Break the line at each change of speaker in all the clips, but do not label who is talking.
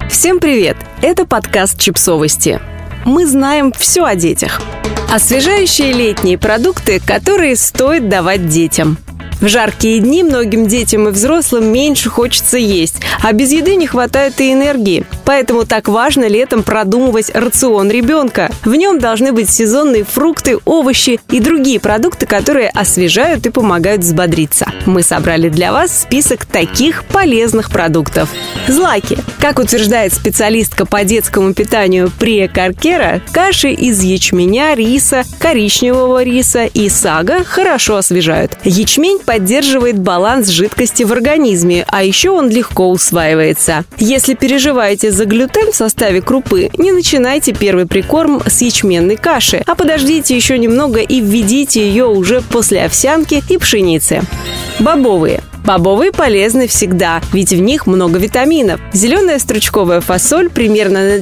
Всем привет! Это подкаст «Чипсовости». Мы знаем все о детях. Освежающие летние продукты, которые стоит давать детям. В жаркие дни многим детям и взрослым меньше хочется есть, а без еды не хватает и энергии. Поэтому так важно летом продумывать рацион ребенка. В нем должны быть сезонные фрукты, овощи и другие продукты, которые освежают и помогают взбодриться. Мы собрали для вас список таких полезных продуктов. Злаки. Как утверждает специалистка по детскому питанию Прия Каркера, каши из ячменя, риса, коричневого риса и сага хорошо освежают. Ячмень поддерживает баланс жидкости в организме, а еще он легко усваивается. Если переживаете за глютен в составе крупы, не начинайте первый прикорм с ячменной каши, а подождите еще немного и введите ее уже после овсянки и пшеницы. Бобовые. Бобовые полезны всегда, ведь в них много витаминов. Зеленая стручковая фасоль примерно на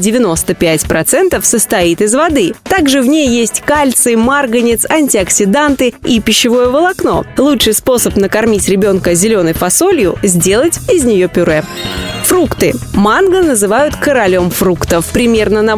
95% состоит из воды. Также в ней есть кальций, марганец, антиоксиданты и пищевое волокно. Лучший способ накормить ребенка зеленой фасолью – сделать из нее пюре. Фрукты. Манго называют королем фруктов. Примерно на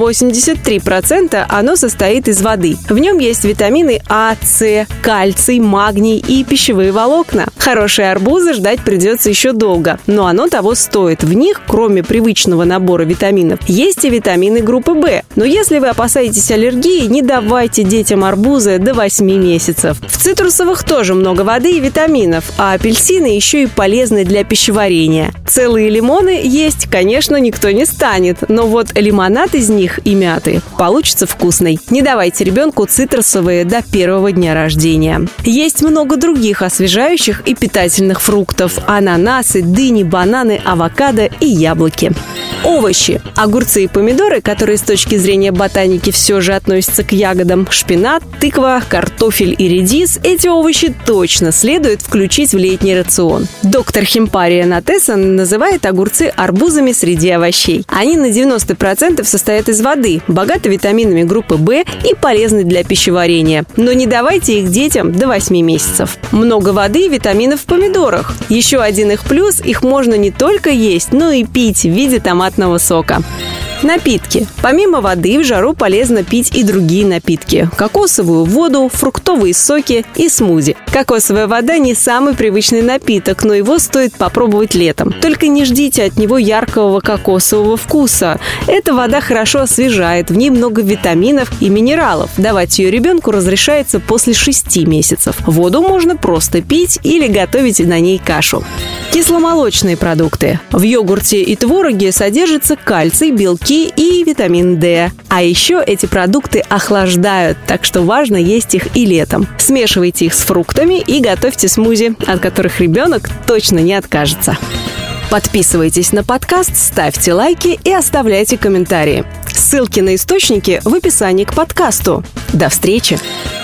83% оно состоит из воды. В нем есть витамины А, С, кальций, магний и пищевые волокна. Хорошие арбузы ждать придется еще долго, но оно того стоит. В них, кроме привычного набора витаминов, есть и витамины группы В. Но если вы опасаетесь аллергии, не давайте детям арбузы до 8 месяцев. В цитрусовых тоже много воды и витаминов, а апельсины еще и полезны для пищеварения. Целые лимоны есть, конечно, никто не станет, но вот лимонад из них и мяты получится вкусный. Не давайте ребенку цитрусовые до первого дня рождения. Есть много других освежающих и питательных фруктов: ананасы, дыни, бананы, авокадо и яблоки. Овощи. Огурцы и помидоры, которые с точки зрения ботаники все же относятся к ягодам, шпинат, тыква, картофель и редис – эти овощи точно следует включить в летний рацион. Доктор Химпария Натессон называет огурцы арбузами среди овощей. Они на 90% состоят из воды, богаты витаминами группы В и полезны для пищеварения. Но не давайте их детям до 8 месяцев. Много воды и витаминов в помидорах. Еще один их плюс – их можно не только есть, но и пить в виде томатного сока. Напитки. Помимо воды в жару полезно пить и другие напитки: кокосовую воду, фруктовые соки и смузи. Кокосовая вода не самый привычный напиток, но его стоит попробовать летом. Только не ждите от него яркого кокосового вкуса. Эта вода хорошо освежает, в ней много витаминов и минералов. Давать ее ребенку разрешается после 6 месяцев. Воду можно просто пить или готовить на ней кашу. Кисломолочные продукты. В йогурте и твороге содержится кальций, белки и витамин D. А еще эти продукты охлаждают, так что важно есть их и летом. Смешивайте их с фруктами и готовьте смузи, от которых ребенок точно не откажется. Подписывайтесь на подкаст, ставьте лайки и оставляйте комментарии. Ссылки на источники в описании к подкасту. До встречи!